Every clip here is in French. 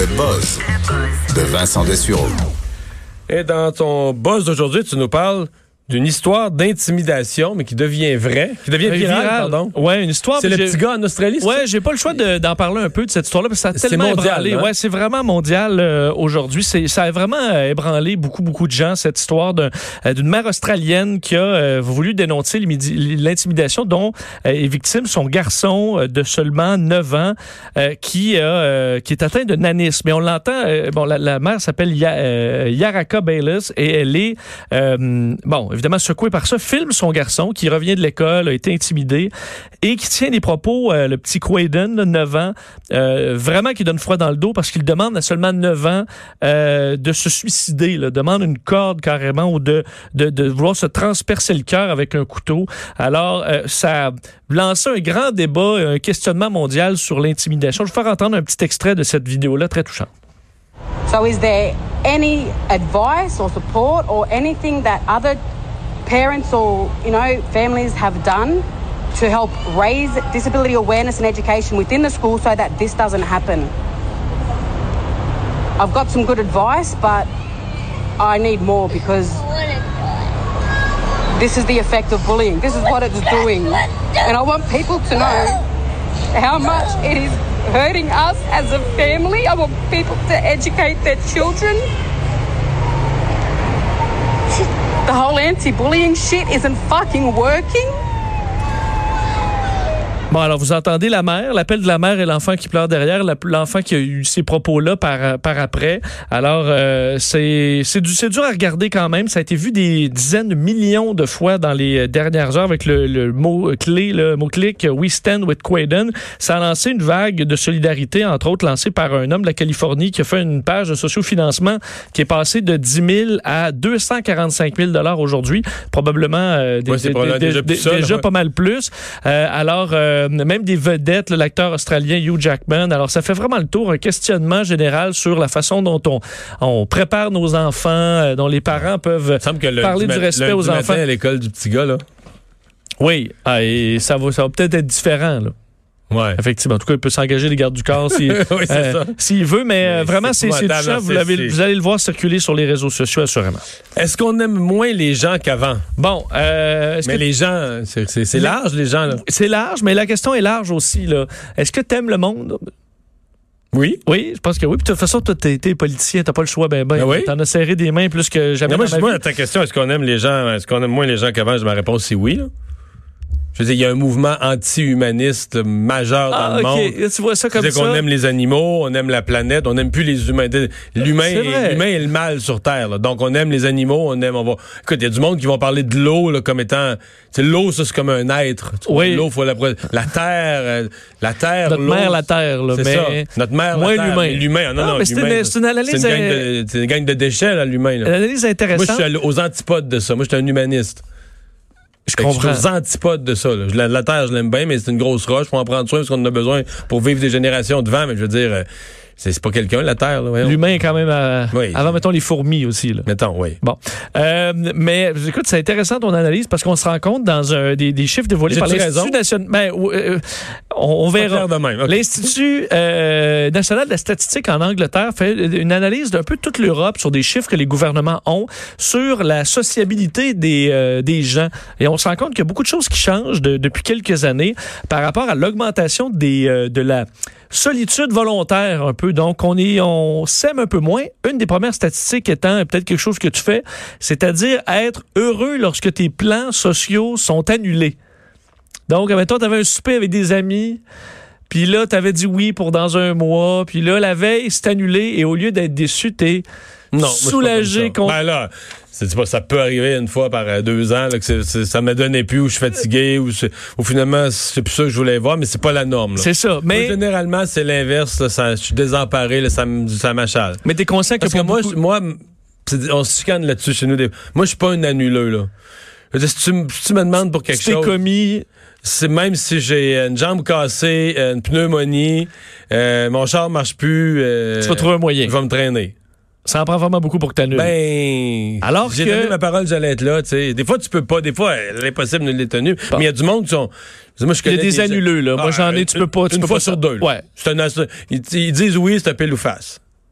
Le buzz de Vincent Dessureau. Et dans ton buzz d'aujourd'hui, tu nous parles d'une histoire d'intimidation, mais qui devient vraie, qui devient virale, pardon. Ouais, une histoire. C'est le petit gars en Australie, c'est ouais, ça? j'ai pas le choix d'en parler un peu de cette histoire-là, parce que ça a tellement mondial, ébranlé. hein? Ouais, c'est vraiment mondial aujourd'hui. Ça a vraiment ébranlé beaucoup de gens, cette histoire d'une mère australienne qui a voulu dénoncer l'intimidation dont est victime son garçon de seulement 9 ans qui est atteint de nanisme. Mais on l'entend, la mère s'appelle Yaraka Bayliss et elle est, évidemment secoué par ça, filme son garçon qui revient de l'école, a été intimidé et qui tient des propos, le petit Quaden, 9 ans, vraiment qui donne froid dans le dos parce qu'il demande à seulement 9 ans de se suicider, là, demande une corde carrément ou de vouloir se transpercer le cœur avec un couteau. Alors, ça a lancé un grand débat, un questionnement mondial sur l'intimidation. Je vais vous faire entendre un petit extrait de cette vidéo-là très touchante. So is there any advice or support or anything that other parents or, families have done to help raise disability awareness and education within the school so that this doesn't happen? I've got some good advice, but I need more because this is the effect of bullying. This is what it's doing. And I want people to know how much it is hurting us as a family. I want people to educate their children. The whole anti-bullying shit isn't fucking working. Bon, alors vous entendez la mère, l'appel de la mère et l'enfant qui pleure derrière, l'enfant qui a eu ces propos-là par après. Alors, c'est dur à regarder quand même. Ça a été vu des dizaines de millions de fois dans les dernières heures avec le mot-clé, le mot-clic « We stand with Quaden ». Ça a lancé une vague de solidarité, entre autres lancée par un homme de la Californie qui a fait une page de sociofinancement qui est passée de 10 000 à 245 000 $ aujourd'hui. Probablement déjà pas mal plus. Alors, même des vedettes, l'acteur australien Hugh Jackman. Alors, ça fait vraiment le tour, un questionnement général sur la façon dont on prépare nos enfants, dont les parents peuvent parler du respect aux enfants. À l'école du petit gars, là. Oui, et ça va peut-être être différent, là. Ouais. Effectivement. En tout cas, il peut s'engager les gardes du corps s'il veut, mais vraiment, c'est touchant. Vous allez le voir circuler sur les réseaux sociaux, assurément. Est-ce qu'on aime moins les gens qu'avant? Bon, les gens, c'est large, les gens, là. C'est large, mais la question est large aussi, là. Est-ce que t'aimes le monde? Oui. Oui, je pense que oui. Puis de toute façon, toi, t'es politicien, t'as pas le choix, oui. T'en as serré des mains plus que jamais. Moi, ta question, est-ce qu'on aime les gens, est-ce qu'on aime moins les gens qu'avant? Ma réponse, c'est oui, là. Je veux dire, il y a un mouvement anti-humaniste majeur dans le monde. Tu vois ça comme ça. C'est qu'on aime les animaux, on aime la planète, on n'aime plus les humains. L'humain est le mal sur Terre, là. Donc, on aime les animaux, Écoute, il y a du monde qui vont parler de l'eau, là, comme étant... l'eau, ça, c'est comme un être. Oui. L'eau, faut la terre, Notre l'eau. Mère, la terre, là. C'est ça. Notre mère, la terre. L'humain. L'humain. Non, mais c'est une analyse... C'est une gang de déchets, là, l'humain, là. Une analyse intéressante. Moi, je suis aux antipodes de ça. Moi, je suis un humaniste. Je comprends. Je suis aux antipodes de ça. Là. La Terre, je l'aime bien, mais c'est une grosse roche. Faut en prendre soin parce qu'on en a besoin pour vivre des générations devant. Mais je veux dire, c'est pas quelqu'un, la Terre. Là, l'humain est quand même avant, mettons, les fourmis aussi. Là. Mettons, oui. Bon. Mais écoute, c'est intéressant ton analyse parce qu'on se rend compte dans des chiffres dévoilés par l'Institut national... on verra. De même. Okay. L'Institut national de la statistique en Angleterre fait une analyse d'un peu toute l'Europe sur des chiffres que les gouvernements ont sur la sociabilité des gens. Et on se rend compte qu'il y a beaucoup de choses qui changent depuis quelques années par rapport à l'augmentation de la solitude volontaire un peu. Donc, on s'aime un peu moins. Une des premières statistiques étant peut-être quelque chose que tu fais, c'est-à-dire être heureux lorsque tes plans sociaux sont annulés. Donc, admettons, tu avais un souper avec des amis, puis là, tu avais dit oui pour dans un mois, puis là, la veille, c'est annulé, et au lieu d'être déçu, t'es soulagé. Ben là, ça peut arriver une fois par 2 ans là, que ça me donnait plus, ou je suis fatigué, ou finalement, c'est plus ça que je voulais voir, mais c'est pas la norme. Là. C'est ça. Mais moi, généralement, c'est l'inverse. Là, je suis désemparé, là, ça m'achale. Mais t'es conscient que... Parce que moi, on se chicane là-dessus chez nous. Moi, je suis pas un annuleux, là. Je veux dire, si tu me demandes pour quelque chose... commis... C'est même si j'ai une jambe cassée, une pneumonie, mon char marche plus... tu vas trouver un moyen. Je vais me traîner. Ça en prend vraiment beaucoup pour que t'annules. Alors j'ai donné ma parole, j'allais être là, tu sais. Des fois, tu peux pas. Des fois, l'impossible ne l'est tenu. Bon. Mais il y a du monde qui sont... Moi, il y a des annuleux, là. Moi, j'en ai, tu peux pas... Une fois sur 2. Ouais. Ils disent oui, c'est un pile ou face.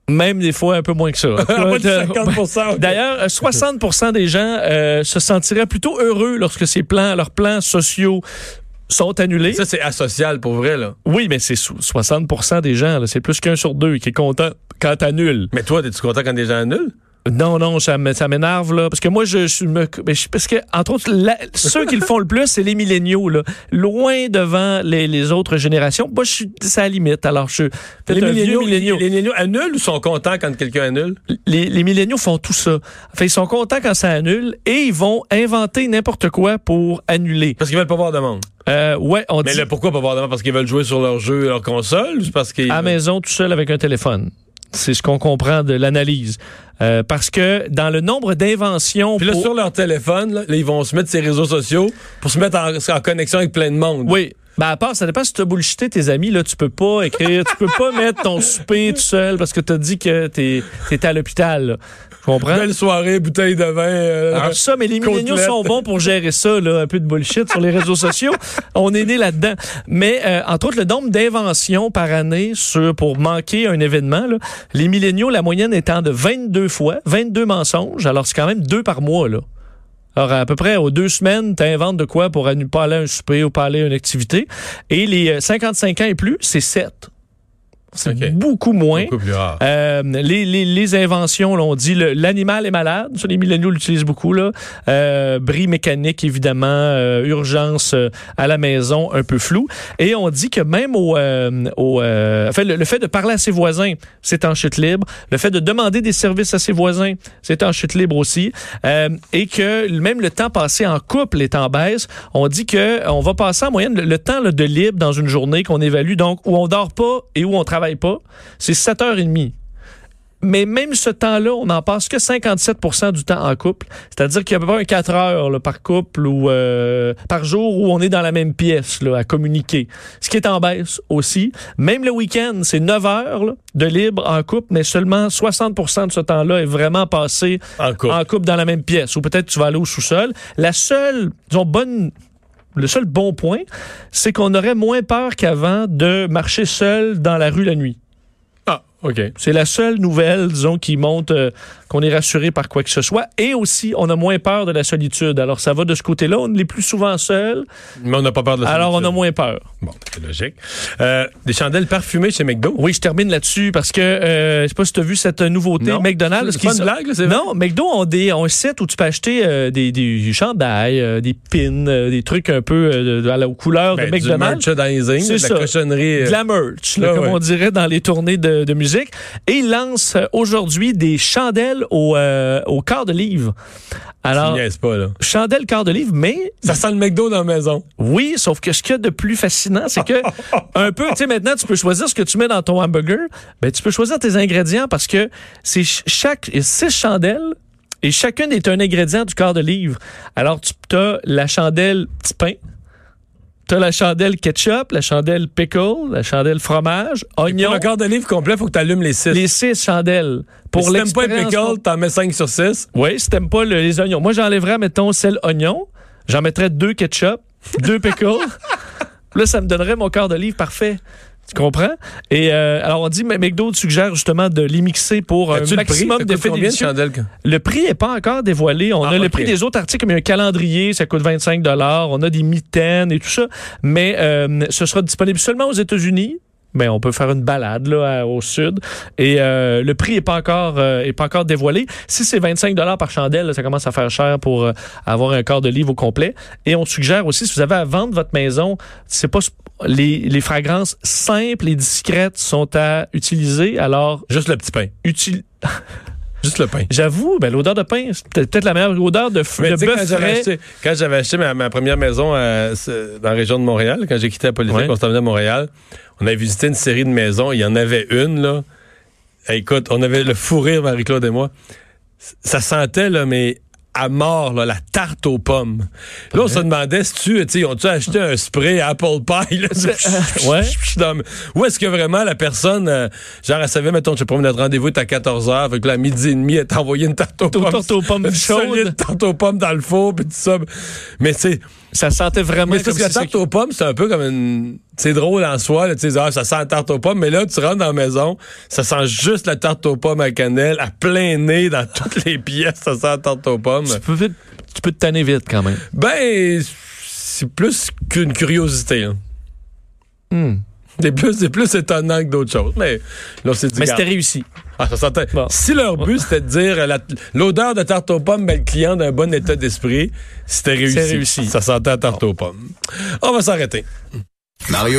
Même des fois un peu moins que ça. 50%. D'ailleurs, 60% des gens se sentiraient plutôt heureux lorsque leurs plans sociaux sont annulés. Ça, c'est asocial pour vrai, là. Oui, mais c'est 60% des gens. Là, c'est plus qu'un sur deux qui est content quand t'annules. Mais toi, es-tu content quand des gens annulent? Non, ça m'énerve, là. Parce que moi, parce que, entre autres, ceux qui le font le plus, c'est les milléniaux, là. Loin devant les autres générations. Moi, je suis à la limite. Alors, Les milléniaux annulent ou sont contents quand quelqu'un annule? Les milléniaux font tout ça. Enfin, ils sont contents quand ça annule et ils vont inventer n'importe quoi pour annuler. Parce qu'ils veulent pas voir de monde. Ouais, on dit. Mais là, pourquoi pas voir de monde? Parce qu'ils veulent jouer sur leur jeu, leur console? Ou c'est parce qu'ils à la maison, tout seul avec un téléphone. C'est ce qu'on comprend de l'analyse. Parce que dans le nombre d'inventions... Puis là, sur leur téléphone, là, ils vont se mettre sur les réseaux sociaux pour se mettre en connexion avec plein de monde. Oui. Ben à part, ça dépend si tu as bullshité tes amis, là, tu peux pas écrire, tu peux pas mettre ton souper tout seul parce que t'as dit que t'étais à l'hôpital, là. Tu comprends? Belle soirée, bouteille de vin. Alors ça, mais les milléniaux sont bons pour gérer ça, là, un peu de bullshit sur les réseaux sociaux. On est né là-dedans. Mais, entre autres, le nombre d'inventions par année pour manquer un événement, là, les milléniaux, la moyenne étant de 22 mensonges. Alors, c'est quand même 2 par mois, là. Alors, à peu près aux 2 semaines, tu inventes de quoi pour pas aller à un souper ou pas aller à une activité. Et les 55 ans et plus, c'est 7. C'est beaucoup moins. Beaucoup plus rare. Les inventions, là, on dit l'animal est malade. Ça, les milléniaux l'utilisent beaucoup. Là. Bris mécanique, évidemment. Urgence à la maison, un peu flou. Et on dit que même le fait de parler à ses voisins, c'est en chute libre. Le fait de demander des services à ses voisins, c'est en chute libre aussi. Et que même le temps passé en couple est en baisse. On dit que on va passer en moyenne le temps là, de libre dans une journée qu'on évalue, donc où on dort pas et où on travaille pas, c'est 7h30. Mais même ce temps-là, on n'en passe que 57% du temps en couple. C'est-à-dire qu'il y a à peu près 4 heures là, par couple ou par jour où on est dans la même pièce là, à communiquer. Ce qui est en baisse aussi. Même le week-end, c'est 9 heures là, de libre en couple, mais seulement 60% de ce temps-là est vraiment passé en couple dans la même pièce. Ou peut-être tu vas aller au sous-sol. Le seul bon point, c'est qu'on aurait moins peur qu'avant de marcher seul dans la rue la nuit. Ah, OK. C'est la seule nouvelle, disons, qui montre qu'on est rassuré par quoi que ce soit. Et aussi, on a moins peur de la solitude. Alors, ça va de ce côté-là. On est plus souvent seul. Mais on n'a pas peur de la solitude. Alors, on a moins peur. Bon, c'est logique. Des chandelles parfumées chez McDo. Oui, je termine là-dessus parce que je sais pas si tu as vu cette nouveauté McDonald's. C'est pas une blague, là, c'est vrai? Non, McDo ont un site où tu peux acheter des chandails, des pins, des trucs un peu aux couleurs de McDonald's. Du merchandising, c'est de la cochonnerie. De la merch, là, comme on dirait dans les tournées de musique. Et ils lancent aujourd'hui des chandelles au quart de livre. Alors, tu niaises pas, là. Chandelle quart de livre, mais... Ça sent le McDo dans la maison. Oui, sauf que ce qu'il y a de plus fascinant, c'est que un peu, tu sais, maintenant, tu peux choisir ce que tu mets dans ton hamburger. Ben, tu peux choisir tes ingrédients parce que il y a 6 chandelles et chacune est un ingrédient du quart de livre. Alors, tu as la chandelle petit pain, t'as la chandelle ketchup, la chandelle pickle, la chandelle fromage, oignon. Pour un quart de livre complet, il faut que tu allumes les 6. Les 6 chandelles. Si t'aimes pas les pickles, t'en mets 5 sur 6. Oui, si t'aimes pas les oignons. Moi, j'enlèverais, mettons, celle oignon. J'en mettrais 2 ketchup, 2 pickles. Là, ça me donnerait mon quart de livre parfait. Tu comprends? Et alors, on dit, mais McDo suggère justement de les mixer pour un maximum d'effets délicieux. Le prix n'est pas encore dévoilé. On a le prix des autres articles, comme il y a un calendrier, ça coûte 25 $. On a des mitaines et tout ça. Mais ce sera disponible seulement aux États-Unis. Mais on peut faire une balade là, au sud. Et le prix n'est pas encore dévoilé. Si c'est 25 $ par chandelle, là, ça commence à faire cher pour avoir un quart de livre au complet. Et on suggère aussi, si vous avez à vendre votre maison, c'est pas les fragrances simples et discrètes sont à utiliser. Alors juste le petit pain. Juste le pain. J'avoue, ben, l'odeur de pain, c'est peut-être la meilleure odeur de bœuf frais. Quand j'avais acheté ma première maison dans la région de Montréal, quand j'ai quitté la politique, on s'en venait à Montréal, on avait visité une série de maisons. Il y en avait une, là. Écoute, on avait le fou rire, Marie-Claude et moi. Ça sentait, là, mais à mort, là, la tarte aux pommes. Là, on se demandait si ont-tu acheté un spray Apple Pie, là? Ou est-ce que vraiment la personne, genre, elle savait, mettons, je sais pas, notre rendez-vous est à 14h, fait que là, à 12h30, elle t'a envoyé une tarte aux pommes. Tarte aux pommes chaude. Une tarte aux pommes dans le four, puis tout ça. Mais Ça sentait vraiment mais parce que la tarte aux pommes, c'est un peu comme une... C'est drôle en soi, là, tu sais, ça sent la tarte aux pommes, mais là, tu rentres dans la maison, ça sent juste la tarte aux pommes à cannelle, à plein nez dans toutes les pièces, ça sent la tarte aux pommes. Tu peux te tanner vite quand même. Ben, c'est plus qu'une curiosité. Hein. C'est plus étonnant que d'autres choses. Mais là, mais c'était réussi. Ah, ça sentait. Bon. Si leur but, c'était de dire l'odeur de tarte aux pommes met le client d'un bon état d'esprit, c'était réussi. C'est réussi. Ça sentait la tarte aux pommes. On va s'arrêter. Mario